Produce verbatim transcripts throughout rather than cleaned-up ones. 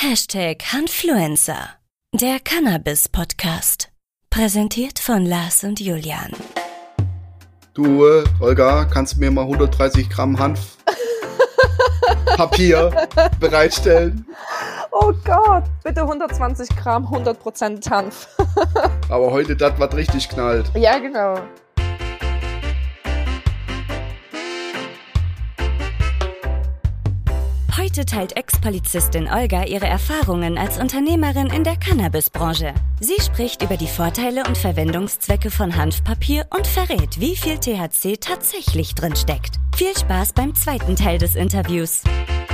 Hashtag Hanfluencer, der Cannabis-Podcast. Präsentiert von Lars und Julian. Du, äh, Olga, kannst du mir mal hundertdreißig Gramm Hanfpapier bereitstellen? Oh Gott, bitte hundertzwanzig Gramm, hundert Prozent Hanf. Aber heute das, was richtig knallt. Ja, genau. Heute teilt Ex-Polizistin Olga ihre Erfahrungen als Unternehmerin in der Cannabis-Branche. Sie spricht über die Vorteile und Verwendungszwecke von Hanfpapier und verrät, wie viel T H C tatsächlich drin steckt. Viel Spaß beim zweiten Teil des Interviews.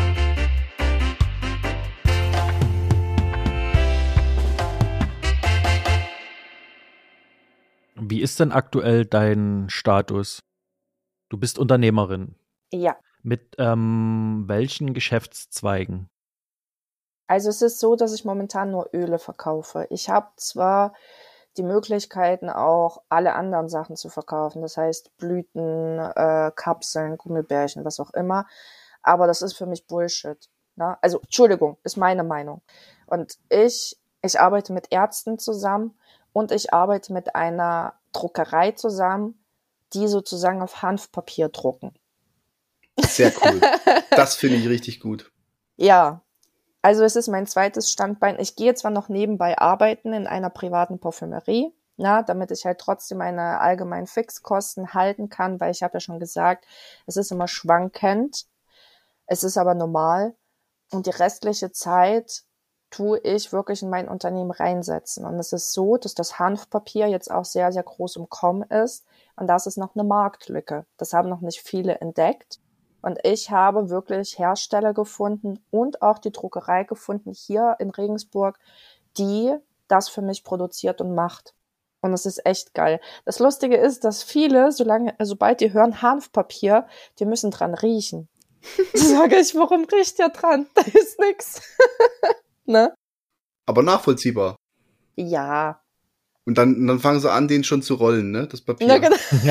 Wie ist denn aktuell dein Status? Du bist Unternehmerin. Ja. Mit ähm, welchen Geschäftszweigen? Also es ist so, dass ich momentan nur Öle verkaufe. Ich habe zwar die Möglichkeiten, auch alle anderen Sachen zu verkaufen. Das heißt Blüten, äh, Kapseln, Gummibärchen, was auch immer. Aber das ist für mich Bullshit. Ne? Also Entschuldigung, ist meine Meinung. Und ich, ich arbeite mit Ärzten zusammen und ich arbeite mit einer Druckerei zusammen, die sozusagen auf Hanfpapier drucken. Sehr cool. Das finde ich richtig gut. Ja, also es ist mein zweites Standbein. Ich gehe zwar noch nebenbei arbeiten in einer privaten Parfümerie, na, damit ich halt trotzdem meine allgemeinen Fixkosten halten kann, weil ich habe ja schon gesagt, es ist immer schwankend. Es ist aber normal. Und die restliche Zeit tue ich wirklich in mein Unternehmen reinsetzen. Und es ist so, dass das Hanfpapier jetzt auch sehr, sehr groß im Kommen ist. Und das ist noch eine Marktlücke. Das haben noch nicht viele entdeckt. Und ich habe wirklich Hersteller gefunden und auch die Druckerei gefunden hier in Regensburg, die das für mich produziert und macht. Und es ist echt geil. Das Lustige ist, dass viele, solange, sobald die hören Hanfpapier, die müssen dran riechen. Da sage ich, warum riecht ihr dran? Da ist nix. Ne? Aber nachvollziehbar. Ja. Und dann, dann fangen sie an, den schon zu rollen, ne? Das Papier. Na, genau. Ja.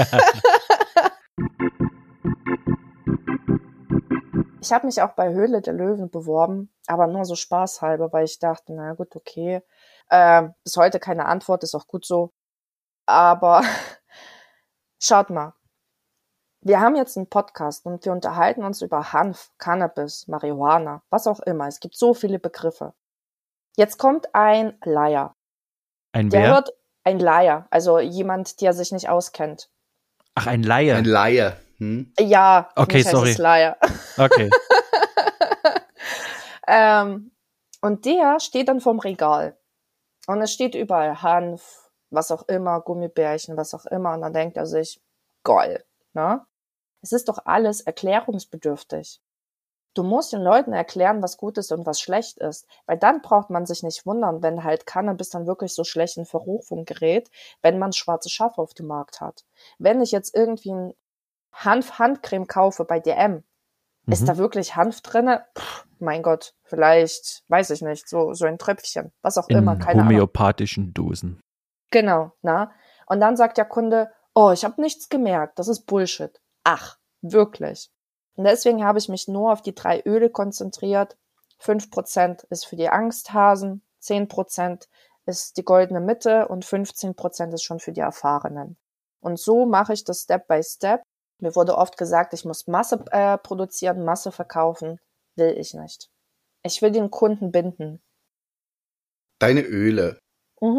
Ich habe mich auch bei Höhle der Löwen beworben, aber nur so spaßhalber, weil ich dachte, na gut, okay. Äh, bis heute keine Antwort, ist auch gut so. Aber schaut mal, wir haben jetzt einen Podcast und wir unterhalten uns über Hanf, Cannabis, Marihuana, was auch immer. Es gibt so viele Begriffe. Jetzt kommt ein Laie. Ein Der wer? hört ein Laie, also jemand, der sich nicht auskennt. Ach, ein Laie. Ein Laie. Hm? Ja, Okay, mich heißt sorry. es Laie. Okay. ähm, und der steht dann vorm Regal. Und es steht überall Hanf, was auch immer, Gummibärchen, was auch immer. Und dann denkt er sich, geil, ne? Es ist doch alles erklärungsbedürftig. Du musst den Leuten erklären, was gut ist und was schlecht ist. Weil dann braucht man sich nicht wundern, wenn halt Cannabis dann wirklich so schlecht in Verrufung gerät, wenn man schwarze Schafe auf dem Markt hat. Wenn ich jetzt irgendwie ein Hanf-Handcreme kaufe bei D M, Mhm. ist da wirklich Hanf drinne? Pff, mein Gott, vielleicht, weiß ich nicht, so, so ein Tröpfchen, was auch immer, In keine Ahnung. homöopathischen Dosen. Genau, na? Und dann sagt der Kunde, oh, ich habe nichts gemerkt, das ist Bullshit. Ach, wirklich. Und deswegen habe ich mich nur auf die drei Öle konzentriert. fünf Prozent ist für die Angsthasen, zehn Prozent ist die goldene Mitte und fünfzehn Prozent ist schon für die Erfahrenen. Und so mache ich das Step by Step. Mir wurde oft gesagt, ich muss Masse äh, produzieren, Masse verkaufen. Will ich nicht. Ich will den Kunden binden. Deine Öle. Mhm.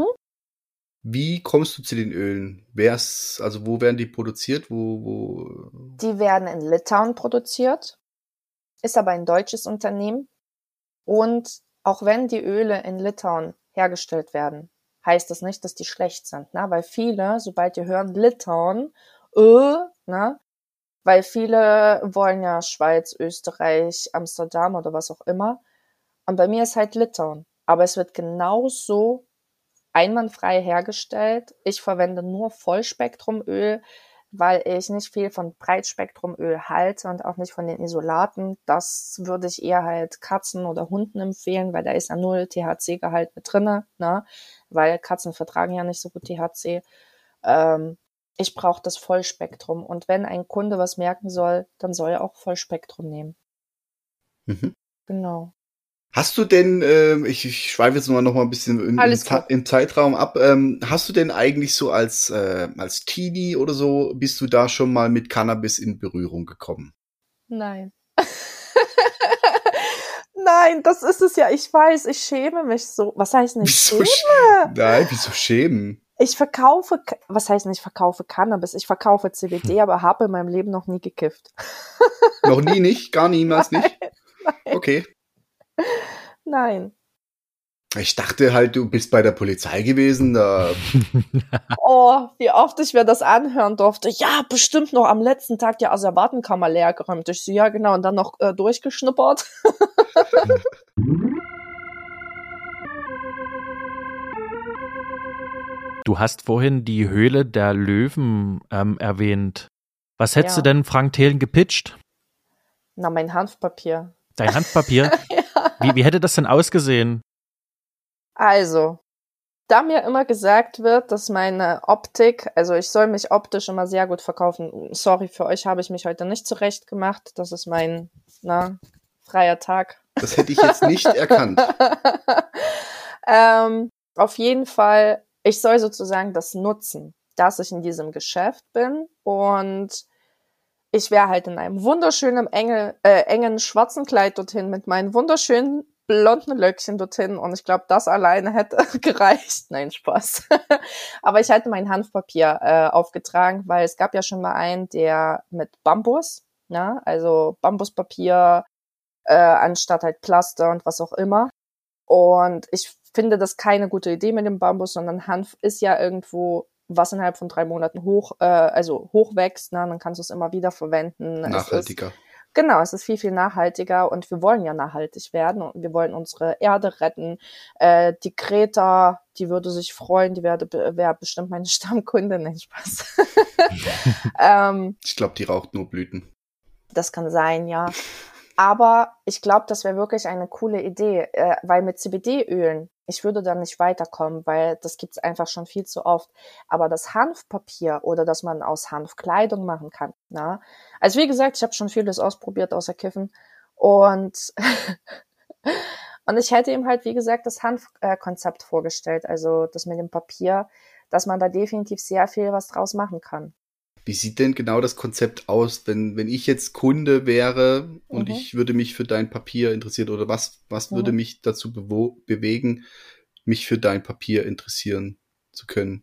Wie kommst du zu den Ölen? Wär's, also wo werden die produziert? Wo, wo? Die werden in Litauen produziert, ist aber ein deutsches Unternehmen. Und auch wenn die Öle in Litauen hergestellt werden, heißt das nicht, dass die schlecht sind, ne? Weil viele, sobald die hören Litauen, äh, ne? Weil viele wollen ja Schweiz, Österreich, Amsterdam oder was auch immer. Und bei mir ist halt Litauen. Aber es wird genauso einwandfrei hergestellt. Ich verwende nur Vollspektrumöl, weil ich nicht viel von Breitspektrumöl halte und auch nicht von den Isolaten. Das würde ich eher halt Katzen oder Hunden empfehlen, weil da ist ja null T H C-Gehalt mit drinne, ne? Weil Katzen vertragen ja nicht so gut T H C. Ähm, ich brauche das Vollspektrum. Und wenn ein Kunde was merken soll, dann soll er auch Vollspektrum nehmen. Mhm. Genau. Hast du denn, ähm, ich, ich schweife jetzt mal noch mal ein bisschen im, im, Alles gut. im Zeitraum ab, ähm, hast du denn eigentlich so als, äh, als Teenie oder so, bist du da schon mal mit Cannabis in Berührung gekommen? Nein. Nein, das ist es ja. Ich weiß, ich schäme mich so. Was heißt nicht Wieso? sch- schäme? Nein, wieso schämen? Ich verkaufe, Ka- was heißt nicht verkaufe Cannabis? Ich verkaufe C B D, aber habe in meinem Leben noch nie gekifft. Noch nie nicht? Gar niemals nicht? Okay. Nein. Ich dachte halt, du bist bei der Polizei gewesen, da. Oh, wie oft ich mir das anhören durfte. Ja, bestimmt noch am letzten Tag die Asservatenkammer leer geräumt. Ich so, ja genau, und dann noch äh, durchgeschnuppert. Du hast vorhin die Höhle der Löwen ähm, erwähnt. Was hättest Ja. du denn Frank Thelen gepitcht? Na, mein Hanfpapier. Dein Handpapier? wie, wie hätte das denn ausgesehen? Also, da mir immer gesagt wird, dass meine Optik, also ich soll mich optisch immer sehr gut verkaufen. Sorry, für euch habe ich mich heute nicht zurecht gemacht. Das ist mein, na, freier Tag. Das hätte ich jetzt nicht erkannt. ähm, auf jeden Fall, ich soll sozusagen das nutzen, dass ich in diesem Geschäft bin und ich wäre halt in einem wunderschönen, enge, äh, engen schwarzen Kleid dorthin mit meinen wunderschönen blonden Löckchen dorthin und ich glaube, das alleine hätte gereicht. Nein, Spaß. Aber ich hatte mein Hanfpapier äh, aufgetragen, weil es gab ja schon mal einen, der mit Bambus, ne, also Bambuspapier äh, anstatt halt Plaster und was auch immer. Und ich finde das keine gute Idee mit dem Bambus, sondern Hanf ist ja irgendwo, was innerhalb von drei Monaten hoch, äh, also hochwächst, ne, dann kannst du es immer wieder verwenden. Nachhaltiger. Es ist, genau, es ist viel, viel nachhaltiger und wir wollen ja nachhaltig werden und wir wollen unsere Erde retten. Äh, die Greta, die würde sich freuen, die wäre wär bestimmt meine Stammkundin, nicht Spaß. ähm, Ich glaube, die raucht nur Blüten. Das kann sein, ja. Aber ich glaube, das wäre wirklich eine coole Idee, äh, weil mit C B D-Ölen, ich würde da nicht weiterkommen, weil das gibt's einfach schon viel zu oft. Aber das Hanfpapier oder dass man aus Hanf Kleidung machen kann, na? Also wie gesagt, ich habe schon vieles ausprobiert außer Kiffen und und ich hätte ihm halt, wie gesagt, das Hanfkonzept vorgestellt, also das mit dem Papier, dass man da definitiv sehr viel was draus machen kann. Wie sieht denn genau das Konzept aus, wenn, wenn ich jetzt Kunde wäre und Mhm. ich würde mich für dein Papier interessieren oder was, was würde Mhm. mich dazu bewo- bewegen, mich für dein Papier interessieren zu können?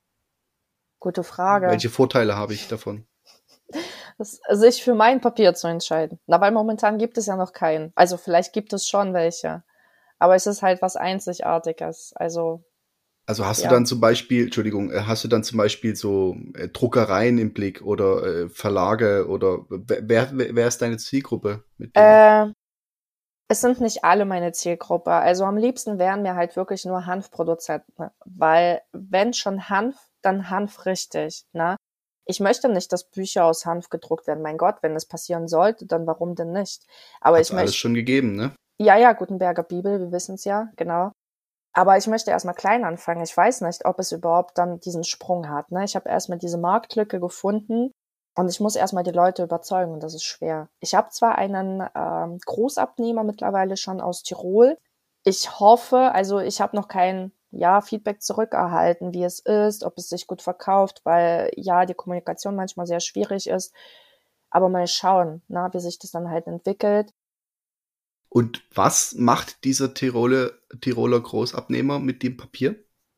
Gute Frage. Welche Vorteile habe ich davon? Das, sich für mein Papier zu entscheiden. Na, weil momentan gibt es ja noch keinen. Also vielleicht gibt es schon welche. Aber es ist halt was Einzigartiges. Also, Also hast ja. du dann zum Beispiel, Entschuldigung, äh, hast du dann zum Beispiel so äh, Druckereien im Blick oder äh, Verlage oder wer, wer, wer ist deine Zielgruppe? Mit dem? Äh, es sind nicht alle meine Zielgruppe. Also am liebsten wären mir halt wirklich nur Hanfproduzenten. Weil wenn schon Hanf, dann Hanf richtig. Ne? Ich möchte nicht, dass Bücher aus Hanf gedruckt werden. Mein Gott, wenn es passieren sollte, dann warum denn nicht? Aber Hat's ich alles möchte. schon gegeben, ne? Ja, ja, Gutenberger Bibel, wir wissen es ja, genau. Aber ich möchte erstmal klein anfangen. Ich weiß nicht, ob es überhaupt dann diesen Sprung hat. Ne? Ich habe erstmal diese Marktlücke gefunden und ich muss erstmal die Leute überzeugen und das ist schwer. Ich habe zwar einen ähm, Großabnehmer mittlerweile schon aus Tirol. Ich hoffe, also ich habe noch kein ja, Feedback zurückerhalten, wie es ist, ob es sich gut verkauft, weil ja, die Kommunikation manchmal sehr schwierig ist. Aber mal schauen, ne, wie sich das dann halt entwickelt. Und was macht dieser Tiroler, Tiroler Großabnehmer mit dem Papier?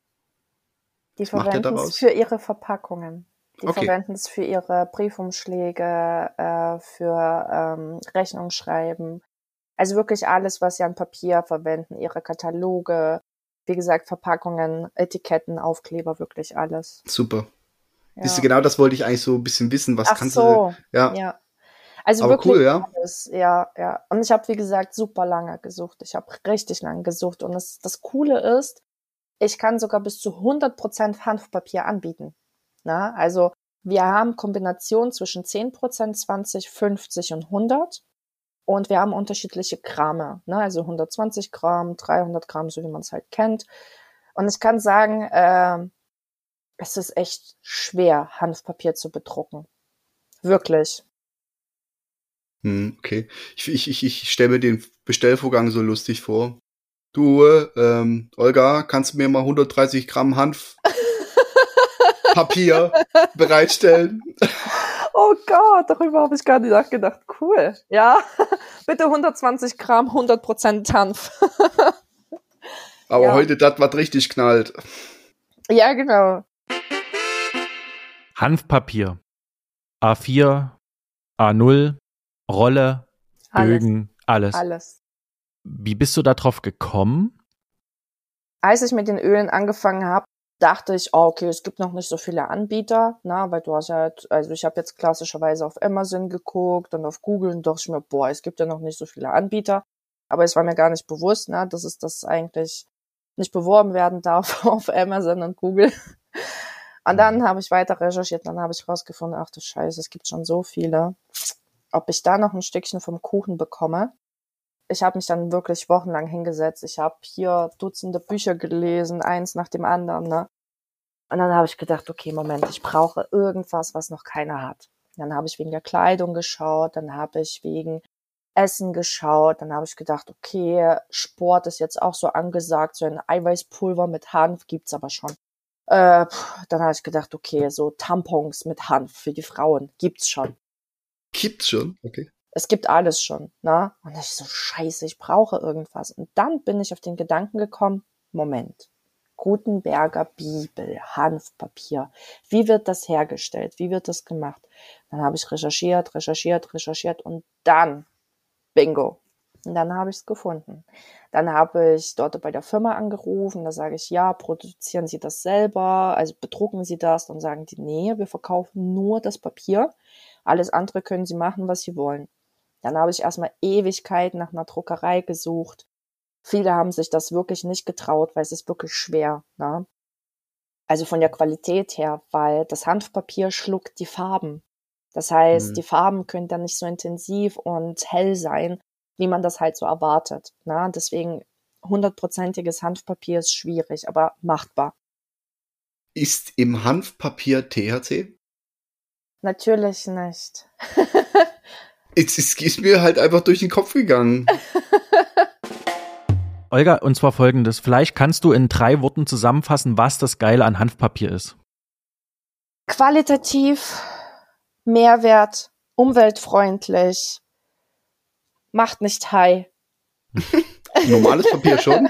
Die Was macht er verwenden es daraus? für ihre Verpackungen. Die Okay. verwenden es für ihre Briefumschläge, äh, für ähm, Rechnungsschreiben. Also wirklich alles, was sie an Papier verwenden, ihre Kataloge, wie gesagt, Verpackungen, Etiketten, Aufkleber, wirklich alles. Super. Ja. Siehst du, genau das wollte ich eigentlich so ein bisschen wissen. Was Ach kannst so, du. Ja, ja. Also aber wirklich cool, ja. alles, ja, ja. Und ich habe, wie gesagt, super lange gesucht. Ich habe richtig lange gesucht. Und das, das Coole ist, ich kann sogar bis zu hundert Prozent Hanfpapier anbieten. Na, also wir haben Kombinationen zwischen zehn Prozent, zwanzig, fünfzig und hundert. Und wir haben unterschiedliche Gramme. Ne? Also hundertzwanzig Gramm, dreihundert Gramm, so wie man es halt kennt. Und ich kann sagen, äh, es ist echt schwer, Hanfpapier zu bedrucken. Wirklich. Hm, okay. Ich, ich, ich, ich stelle mir den Bestellvorgang so lustig vor. Du, ähm, Olga, kannst du mir mal hundertdreißig Gramm Hanfpapier bereitstellen? Oh Gott, darüber habe ich gar nicht nachgedacht. Cool. Ja, bitte hundertzwanzig Gramm, hundert Prozent Hanf. Aber Ja. heute das, was richtig knallt. Ja, genau. Hanfpapier. A vier, A null, Rolle, Alles. Bögen, alles. Alles. Wie bist du da drauf gekommen? Als ich mit den Ölen angefangen habe, dachte ich, oh, okay, es gibt noch nicht so viele Anbieter, na, weil du hast ja, also ich habe jetzt klassischerweise auf Amazon geguckt und auf Google und dachte ich mir, boah, es gibt ja noch nicht so viele Anbieter. Aber es war mir gar nicht bewusst, na, dass es das eigentlich nicht beworben werden darf auf Amazon und Google. Und dann habe ich weiter recherchiert, dann habe ich rausgefunden, ach du Scheiße, es gibt schon so viele. Ob ich da noch ein Stückchen vom Kuchen bekomme? Ich habe mich dann wirklich wochenlang hingesetzt. Ich habe hier Dutzende Bücher gelesen, eins nach dem anderen, ne? Und dann habe ich gedacht, okay, Moment, ich brauche irgendwas, was noch keiner hat. Dann habe ich wegen der Kleidung geschaut, dann habe ich wegen Essen geschaut, dann habe ich gedacht, okay, Sport ist jetzt auch so angesagt, so ein Eiweißpulver mit Hanf gibt's aber schon. Äh, dann habe ich gedacht, okay, so Tampons mit Hanf für die Frauen gibt's schon. Gibt's schon? Okay. Es gibt alles schon, ne? Und ich so, scheiße, ich brauche irgendwas. Und dann bin ich auf den Gedanken gekommen, Moment, Gutenberger Bibel, Hanfpapier, wie wird das hergestellt? Wie wird das gemacht? Dann habe ich recherchiert, recherchiert, recherchiert und dann, bingo, und dann habe ich es gefunden. Dann habe ich dort bei der Firma angerufen, da sage ich, ja, produzieren Sie das selber, also bedrucken Sie das? Dann sagen die, nee, wir verkaufen nur das Papier, alles andere können Sie machen, was Sie wollen. Dann habe ich erstmal Ewigkeiten nach einer Druckerei gesucht. Viele haben sich das wirklich nicht getraut, weil es ist wirklich schwer, ne? Also von der Qualität her, weil das Hanfpapier schluckt die Farben. Das heißt, mhm. die Farben können dann nicht so intensiv und hell sein, wie man das halt so erwartet, ne? Deswegen hundertprozentiges Hanfpapier ist schwierig, aber machbar. Ist im Hanfpapier T H C? Natürlich nicht. Es ist, ist mir halt einfach durch den Kopf gegangen. Olga, und zwar folgendes. Vielleicht kannst du in drei Worten zusammenfassen, was das Geile an Hanfpapier ist. Qualitativ, Mehrwert, umweltfreundlich, macht nicht high. Normales Papier schon?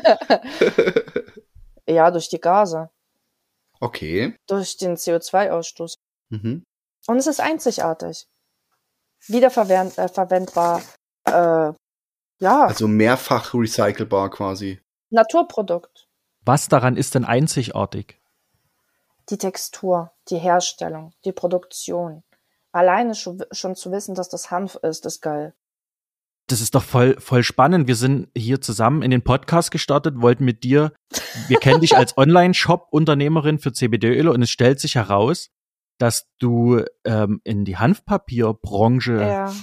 Ja, durch die Gase. Okay. Durch den C O zwei Ausstoß. Mhm. Und es ist einzigartig. Wiederverwendbar, äh, ja. Also mehrfach recycelbar quasi. Naturprodukt. Was daran ist denn einzigartig? Die Textur, die Herstellung, die Produktion. Alleine schon, schon zu wissen, dass das Hanf ist, ist geil. Das ist doch voll, voll spannend. Wir sind hier zusammen in den Podcast gestartet, wollten mit dir, wir kennen dich als Online-Shop-Unternehmerin für C B D-Öle und es stellt sich heraus, dass du ähm, in die Hanfpapierbranche ja.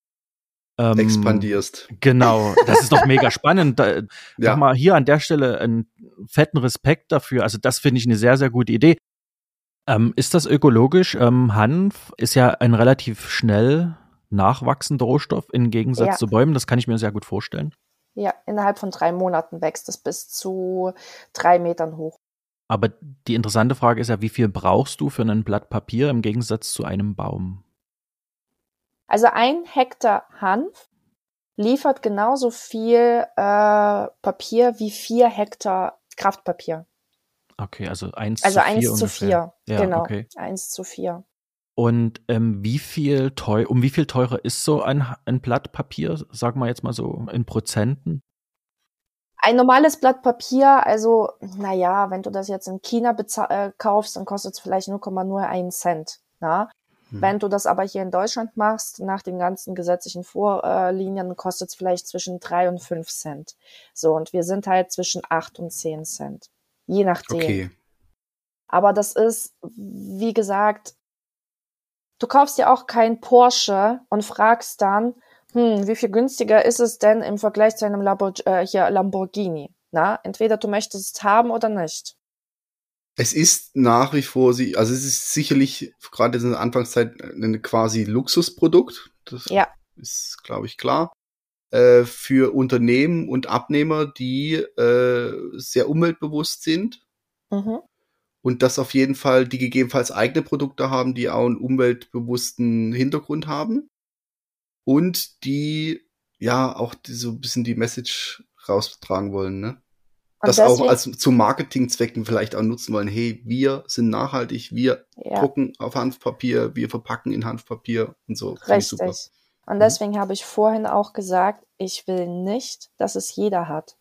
ähm, expandierst. Genau, das ist doch mega spannend. Da, ja. Sag mal hier an der Stelle einen fetten Respekt dafür. Also das finde ich eine sehr, sehr gute Idee. Ähm, ist das ökologisch? Ähm, Hanf ist ja ein relativ schnell nachwachsender Rohstoff im Gegensatz ja. zu Bäumen. Das kann ich mir sehr gut vorstellen. Ja, innerhalb von drei Monaten wächst es bis zu drei Metern hoch. Aber die interessante Frage ist ja, wie viel brauchst du für ein Blatt Papier im Gegensatz zu einem Baum? Also ein Hektar Hanf liefert genauso viel äh, Papier wie vier Hektar Kraftpapier. Okay, also eins also zu vier eins ungefähr. zu vier, ja, genau, okay. eins zu vier. Und ähm, wie viel teuer, um wie viel teurer ist so ein, ein Blatt Papier, sagen wir jetzt mal so in Prozenten? Ein normales Blatt Papier, also naja, wenn du das jetzt in China beza- äh, kaufst, dann kostet es vielleicht null Komma null eins Cent. Na? Hm. Wenn du das aber hier in Deutschland machst, nach den ganzen gesetzlichen Vorlinien, kostet es vielleicht zwischen drei und fünf Cent. So, und wir sind halt zwischen acht und zehn Cent. Je nachdem. Okay. Aber das ist, wie gesagt, du kaufst ja auch kein Porsche und fragst dann, hm, wie viel günstiger ist es denn im Vergleich zu einem Labor- äh, hier Lamborghini? Na, entweder du möchtest es haben oder nicht. Es ist nach wie vor, sie, also es ist sicherlich gerade in der Anfangszeit ein quasi Luxusprodukt. Das ja. ist, glaube ich, klar. Äh, für Unternehmen und Abnehmer, die äh, sehr umweltbewusst sind. Mhm. Und das auf jeden Fall, die gegebenenfalls eigene Produkte haben, die auch einen umweltbewussten Hintergrund haben. Und die, ja, auch die, so ein bisschen die Message raustragen wollen, ne? Und Das auch deswegen, als zu Marketingzwecken vielleicht auch nutzen wollen. Hey, wir sind nachhaltig, wir ja, drucken auf Hanfpapier, wir verpacken in Hanfpapier und so. Finde ich super. richtig. Und Mhm. deswegen habe ich vorhin auch gesagt, ich will nicht, dass es jeder hat.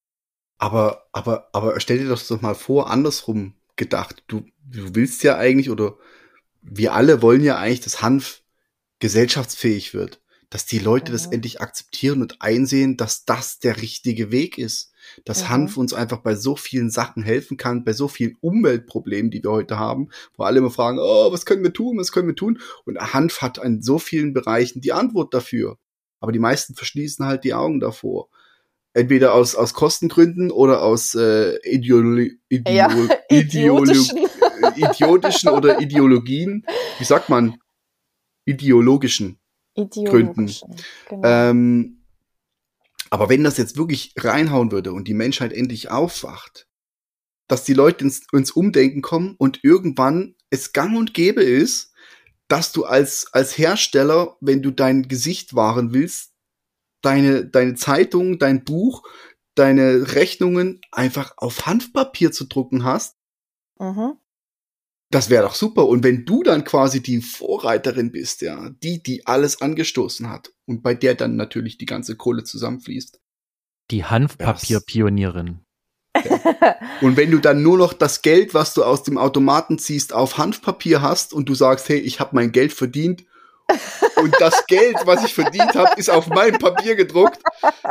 Aber, aber, aber stell dir das doch mal vor, andersrum gedacht. Du, du willst ja eigentlich, oder wir alle wollen ja eigentlich, dass Hanf gesellschaftsfähig wird. Dass die Leute das Mhm. endlich akzeptieren und einsehen, dass das der richtige Weg ist. Dass Mhm. Hanf uns einfach bei so vielen Sachen helfen kann, bei so vielen Umweltproblemen, die wir heute haben, wo alle immer fragen, oh, was können wir tun, was können wir tun? Und Hanf hat in so vielen Bereichen die Antwort dafür. Aber die meisten verschließen halt die Augen davor. Entweder aus, aus Kostengründen oder aus äh, Ideolo Ideo Ja, Ideolo idiotischen. idiotischen oder Ideologien. Wie sagt man? Ideologischen Gründen. Ideologischen. Genau. Ähm, aber wenn das jetzt wirklich reinhauen würde und die Menschheit endlich aufwacht, dass die Leute ins, ins Umdenken kommen und irgendwann es gang und gäbe ist, dass du als, als Hersteller, wenn du dein Gesicht wahren willst, deine, deine Zeitung, dein Buch, deine Rechnungen einfach auf Hanfpapier zu drucken hast, Mhm. das wäre doch super. Und wenn du dann quasi die Vorreiterin bist, ja, die, die alles angestoßen hat und bei der dann natürlich die ganze Kohle zusammenfließt. Die Hanfpapierpionierin. Und wenn du dann nur noch das Geld, was du aus dem Automaten ziehst, auf Hanfpapier hast und du sagst, hey, ich habe mein Geld verdient und das Geld, was ich verdient habe, ist auf mein Papier gedruckt,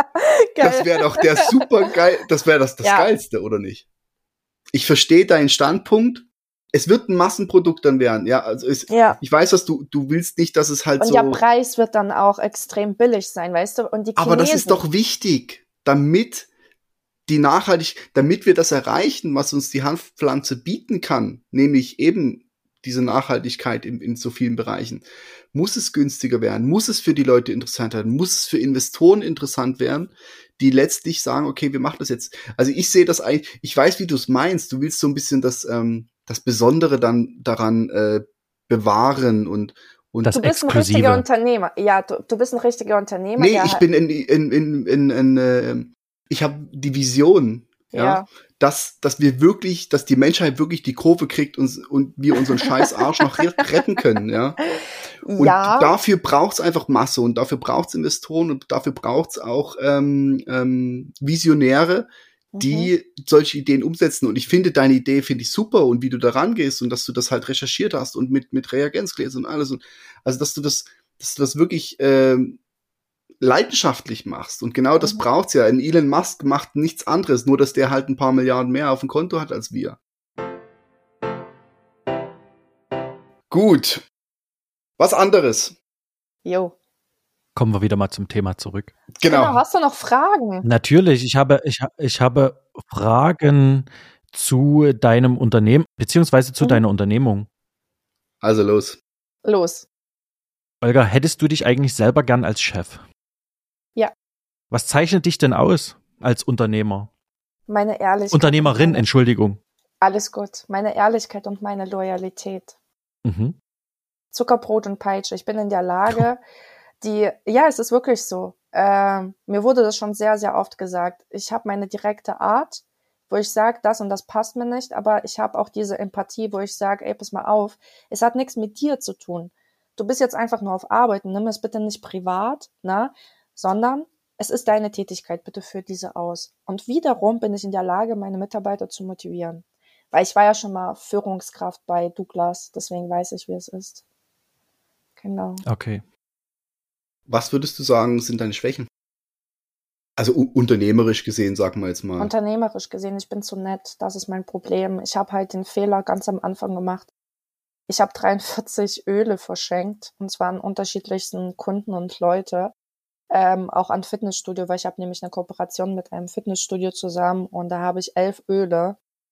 das wäre doch der super geil, das wäre das, das Ja. Geilste, oder nicht? Ich verstehe deinen Standpunkt. Es wird ein Massenprodukt dann werden, ja. Also es, Ja. ich weiß, dass du du willst nicht, dass es halt Und so. der Preis wird dann auch extrem billig sein, weißt du? Und die Chinesen. Aber das ist doch wichtig, damit die nachhaltig, damit wir das erreichen, was uns die Hanfpflanze bieten kann, nämlich eben diese Nachhaltigkeit in, in so vielen Bereichen, muss es günstiger werden, muss es für die Leute interessant werden, muss es für Investoren interessant werden, die letztlich sagen, okay, wir machen das jetzt. Also ich sehe das eigentlich, ich weiß, wie du es meinst, du willst so ein bisschen das, ähm, das Besondere dann daran äh, bewahren und und Das Du bist ein Exklusive. richtiger Unternehmer. Ja, du, du bist ein richtiger Unternehmer. nee, der ich halt- bin in in in in, in äh, ich habe die Vision, ja, Ja. dass dass wir wirklich, dass die Menschheit wirklich die Kurve kriegt und und wir unseren scheiß Arsch noch re- retten können, ja. Und ja. dafür braucht's einfach Masse und dafür braucht's Investoren und dafür braucht's auch ähm, ähm, Visionäre, die Mhm. solche Ideen umsetzen. Und ich finde, deine Idee finde ich super und wie du da rangehst und dass du das halt recherchiert hast und mit mit Reagenzgläsern und alles. Und also, dass du das, dass du das wirklich ähm, leidenschaftlich machst. Und genau das Mhm. braucht's ja. Ein Elon Musk macht nichts anderes, nur dass der halt ein paar Milliarden mehr auf dem Konto hat als wir. Gut. Was anderes. Jo. Kommen wir wieder mal zum Thema zurück. Genau. Genau, hast du noch Fragen? Natürlich, ich habe, ich, ha- ich habe Fragen zu deinem Unternehmen, beziehungsweise zu Mhm. deiner Unternehmung. Also los. Los. Olga, hättest du dich eigentlich selber gern als Chef? Ja. Was zeichnet dich denn aus als Unternehmer? Meine Ehrlichkeit. Unternehmerin, und meine, Entschuldigung. Alles gut. Meine Ehrlichkeit und meine Loyalität. Mhm. Zuckerbrot und Peitsche. Ich bin in der Lage, die, ja, es ist wirklich so. Ähm, mir wurde das schon sehr, sehr oft gesagt. Ich habe meine direkte Art, wo ich sage, das und das passt mir nicht, aber ich habe auch diese Empathie, wo ich sage, ey, pass mal auf, es hat nichts mit dir zu tun. Du bist jetzt einfach nur auf Arbeit, nimm es bitte nicht privat, ne, sondern es ist deine Tätigkeit, bitte führ diese aus. Und wiederum bin ich in der Lage, meine Mitarbeiter zu motivieren. Weil ich war ja schon mal Führungskraft bei Douglas, deswegen weiß ich, wie es ist. Genau. Okay. Was würdest du sagen, sind deine Schwächen? Also u- unternehmerisch gesehen, sagen wir jetzt mal. Unternehmerisch gesehen, ich bin zu nett, das ist mein Problem. Ich habe halt den Fehler ganz am Anfang gemacht. Ich habe dreiundvierzig Öle verschenkt, und zwar an unterschiedlichsten Kunden und Leute, ähm, auch an Fitnessstudio, weil ich habe nämlich eine Kooperation mit einem Fitnessstudio zusammen und da habe ich elf Öle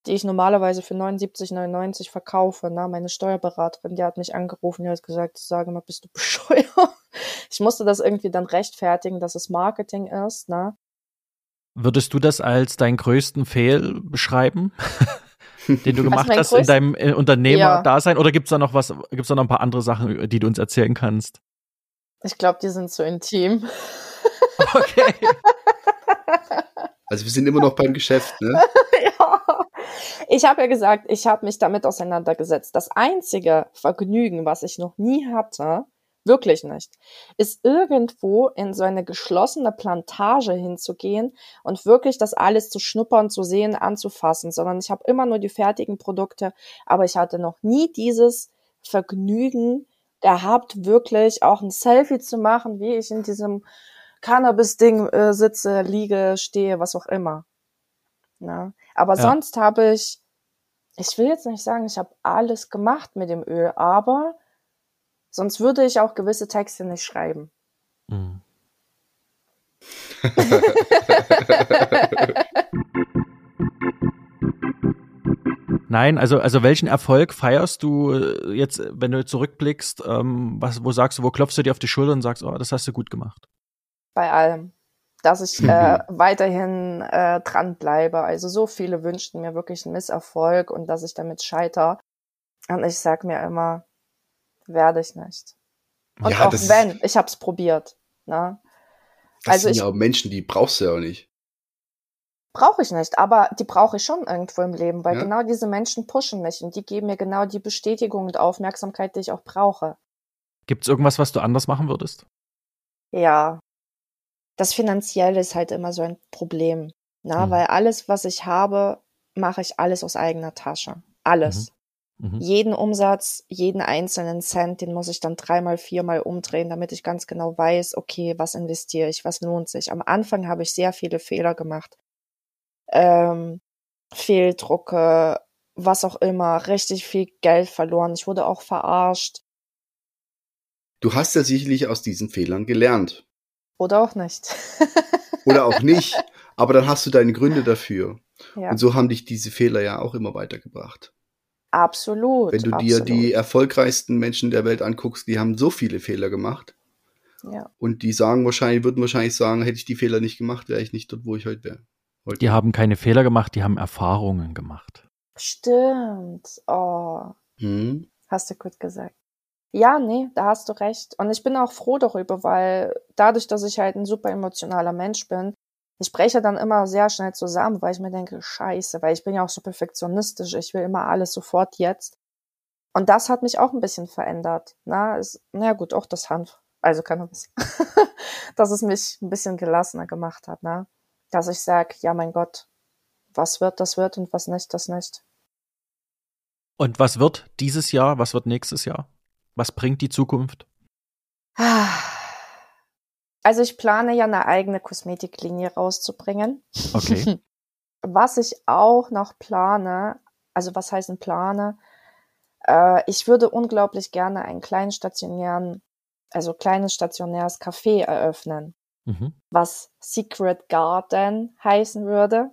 die ich normalerweise für neunundsiebzig neunundneunzig verkaufe. Na, meine Steuerberaterin, die hat mich angerufen, die hat gesagt, sage mal, bist du bescheuert? Ich musste das irgendwie dann rechtfertigen, dass es Marketing ist. Ne? Würdest du das als deinen größten Fehl beschreiben, den du gemacht hast größten? in deinem äh, Unternehmerdasein? Ja. Oder gibt's da noch was, gibt's da noch ein paar andere Sachen, die du uns erzählen kannst? Ich glaube, die sind zu intim. Okay. Also wir sind immer noch beim Geschäft, ne? Ja. Ich habe ja gesagt, ich habe mich damit auseinandergesetzt. Das einzige Vergnügen, was ich noch nie hatte, wirklich nicht, ist irgendwo in so eine geschlossene Plantage hinzugehen und wirklich das alles zu schnuppern, zu sehen, anzufassen, sondern ich habe immer nur die fertigen Produkte, aber ich hatte noch nie dieses Vergnügen gehabt, wirklich auch ein Selfie zu machen, wie ich in diesem Cannabis-Ding äh, sitze, liege, stehe, was auch immer. Ja. Aber ja. sonst habe ich, ich will jetzt nicht sagen, ich habe alles gemacht mit dem Öl, aber sonst würde ich auch gewisse Texte nicht schreiben. Mhm. Nein, also, also welchen Erfolg feierst du jetzt, wenn du zurückblickst, ähm, was, wo sagst du, wo klopfst du dir auf die Schulter und sagst, oh, das hast du gut gemacht? Bei allem. Dass ich äh, weiterhin äh, dranbleibe. Also so viele wünschten mir wirklich einen Misserfolg und dass ich damit scheitere. Und ich sag mir immer, werde ich nicht. Und ja, auch wenn, ich habe es probiert. Ne? Das also sind ich, ja auch Menschen, die brauchst du ja auch nicht. Brauche ich nicht, aber die brauche ich schon irgendwo im Leben, weil ja? genau diese Menschen pushen mich und die geben mir genau die Bestätigung und Aufmerksamkeit, die ich auch brauche. Gibt's irgendwas, was du anders machen würdest? Ja, das Finanzielle ist halt immer so ein Problem, na, mhm. weil alles, was ich habe, mache ich alles aus eigener Tasche. Alles. Mhm. Mhm. Jeden Umsatz, jeden einzelnen Cent, den muss ich dann dreimal, viermal umdrehen, damit ich ganz genau weiß, okay, was investiere ich, was lohnt sich. Am Anfang habe ich sehr viele Fehler gemacht. Ähm, Fehldrucke, was auch immer, richtig viel Geld verloren. Ich wurde auch verarscht. Du hast ja sicherlich aus diesen Fehlern gelernt. Oder auch nicht. Oder auch nicht, aber dann hast du deine Gründe dafür. Ja. Und so haben dich diese Fehler ja auch immer weitergebracht. Absolut. Wenn du absolut. dir die erfolgreichsten Menschen der Welt anguckst, die haben so viele Fehler gemacht. Ja. Und die sagen wahrscheinlich, würden wahrscheinlich sagen, hätte ich die Fehler nicht gemacht, wäre ich nicht dort, wo ich heute wäre. Heute. Die haben keine Fehler gemacht, die haben Erfahrungen gemacht. Stimmt. Oh. Hm. Hast du gut gesagt. Ja, nee, da hast du recht. Und ich bin auch froh darüber, weil dadurch, dass ich halt ein super emotionaler Mensch bin, ich breche dann immer sehr schnell zusammen, weil ich mir denke, scheiße, weil ich bin ja auch so perfektionistisch, ich will immer alles sofort jetzt. Und das hat mich auch ein bisschen verändert. Na, ist, na gut, auch das Hanf, also Cannabis, dass es mich ein bisschen gelassener gemacht hat, ne? Dass ich sage, ja mein Gott, was wird, das wird und was nicht, das nicht. Und was wird dieses Jahr, was wird nächstes Jahr? Was bringt die Zukunft? Also ich plane ja eine eigene Kosmetiklinie rauszubringen. Okay. Was ich auch noch plane, also was heißt ein plane? Äh, ich würde unglaublich gerne einen kleinen stationären, also kleines stationäres Café eröffnen, mhm. was Secret Garden heißen würde.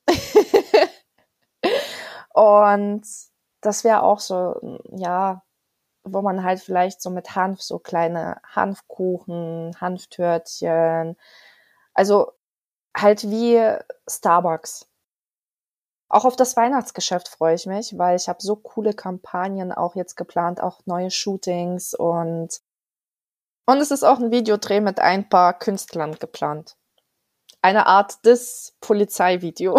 Und das wäre auch so, ja, wo man halt vielleicht so mit Hanf, so kleine Hanfkuchen, Hanftörtchen, also halt wie Starbucks. Auch auf das Weihnachtsgeschäft freue ich mich, weil ich habe so coole Kampagnen auch jetzt geplant, auch neue Shootings und und es ist auch ein Videodreh mit ein paar Künstlern geplant. Eine Art des Polizeivideo.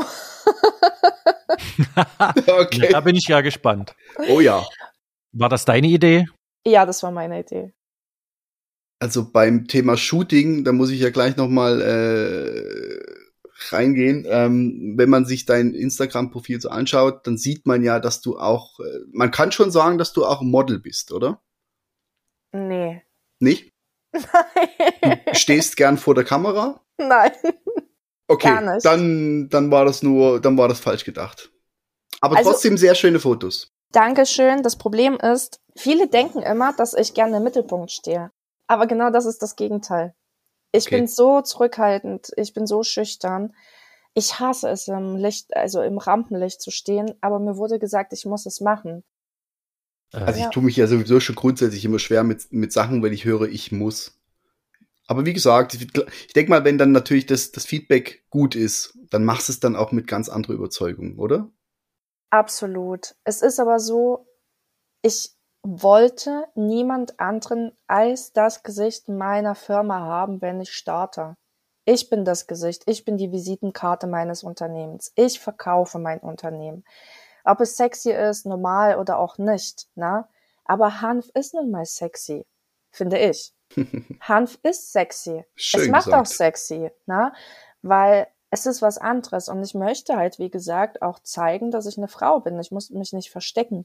Okay. Da bin ich ja gespannt. Oh ja. War das deine Idee? Ja, das war meine Idee. Also beim Thema Shooting, da muss ich ja gleich nochmal äh, reingehen. Ähm, wenn man sich dein Instagram-Profil so anschaut, dann sieht man ja, dass du auch, äh, man kann schon sagen, dass du auch ein Model bist, oder? Nee. Nicht? Nein. Du stehst gern vor der Kamera? Nein. Okay, Gar nicht. dann dann war das nur, dann war das falsch gedacht. Aber also, trotzdem sehr schöne Fotos. Dankeschön. Das Problem ist, viele denken immer, dass ich gerne im Mittelpunkt stehe. Aber genau das ist das Gegenteil. Ich Okay. bin so zurückhaltend, ich bin so schüchtern. Ich hasse es, im Licht, also im Rampenlicht zu stehen, aber mir wurde gesagt, ich muss es machen. Also Ja. ich tue mich ja sowieso schon grundsätzlich immer schwer mit, mit Sachen, wenn ich höre, ich muss. Aber wie gesagt, ich, ich denke mal, wenn dann natürlich das, das Feedback gut ist, dann machst du es dann auch mit ganz anderer Überzeugung, oder? Absolut. Es ist aber so, ich wollte niemand anderen als das Gesicht meiner Firma haben, wenn ich starte. Ich bin das Gesicht, ich bin die Visitenkarte meines Unternehmens. Ich verkaufe mein Unternehmen. Ob es sexy ist, normal oder auch nicht, ne? Aber Hanf ist nun mal sexy, finde ich. Hanf ist sexy. Schön es macht gesagt. auch sexy, ne? Weil es ist was anderes und ich möchte halt, wie gesagt, auch zeigen, dass ich eine Frau bin. Ich muss mich nicht verstecken.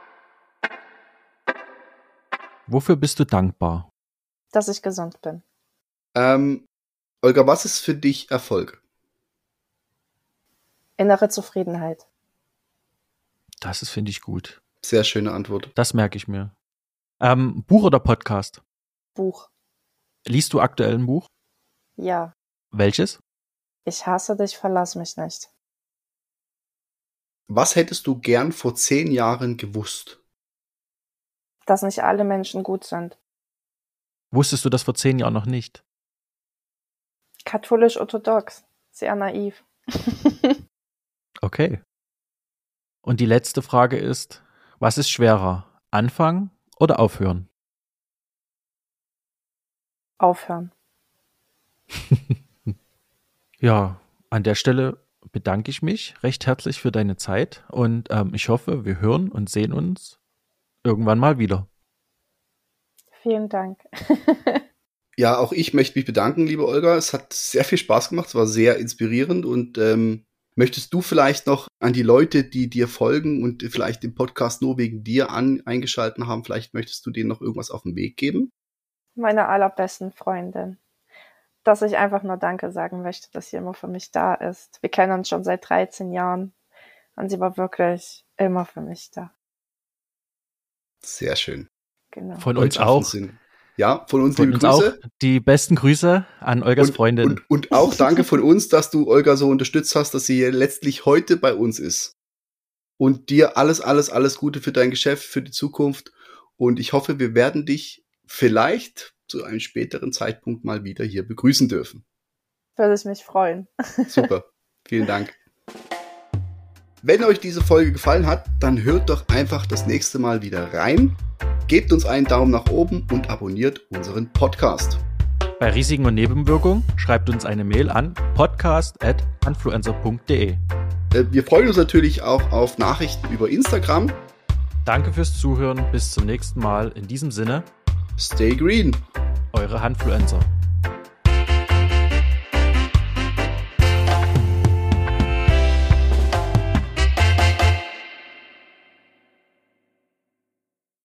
Wofür bist du dankbar? Dass ich gesund bin. Ähm, Olga, was ist für dich Erfolg? Innere Zufriedenheit. Das ist, finde ich, gut. Sehr schöne Antwort. Das merke ich mir. Ähm, Buch oder Podcast? Buch. Liest du aktuell ein Buch? Ja. Welches? Ich hasse dich, verlass mich nicht. Was hättest du gern vor zehn Jahren gewusst? Dass nicht alle Menschen gut sind. Wusstest du das vor zehn Jahren noch nicht? Katholisch-orthodox. Sehr naiv. Okay. Und die letzte Frage ist, was ist schwerer? Anfangen oder aufhören? Aufhören. Ja, an der Stelle bedanke ich mich recht herzlich für deine Zeit und ähm, ich hoffe, wir hören und sehen uns irgendwann mal wieder. Vielen Dank. Ja, auch ich möchte mich bedanken, liebe Olga. Es hat sehr viel Spaß gemacht, es war sehr inspirierend und ähm, möchtest du vielleicht noch an die Leute, die dir folgen und vielleicht den Podcast nur wegen dir an, eingeschalten haben, vielleicht möchtest du denen noch irgendwas auf den Weg geben? Meine allerbesten Freundin. Dass ich einfach nur Danke sagen möchte, dass sie immer für mich da ist. Wir kennen uns schon seit dreizehn Jahren und sie war wirklich immer für mich da. Sehr schön. Genau. Von uns auch. Sind. Ja, von uns Von liebe uns Grüße. auch die besten Grüße an Olgas und, Freundin. Und, und auch danke von uns, dass du Olga so unterstützt hast, dass sie letztlich heute bei uns ist. Und dir alles, alles, alles Gute für dein Geschäft, für die Zukunft. Und ich hoffe, wir werden dich vielleicht zu einem späteren Zeitpunkt mal wieder hier begrüßen dürfen. Würde ich mich freuen. Super, vielen Dank. Wenn euch diese Folge gefallen hat, dann hört doch einfach das nächste Mal wieder rein. Gebt uns einen Daumen nach oben und abonniert unseren Podcast. Bei Risiken und Nebenwirkungen schreibt uns eine Mail an podcast at hanfluencer punkt de. Wir freuen uns natürlich auch auf Nachrichten über Instagram. Danke fürs Zuhören, bis zum nächsten Mal. In diesem Sinne, Stay green. eure Hanfluencer.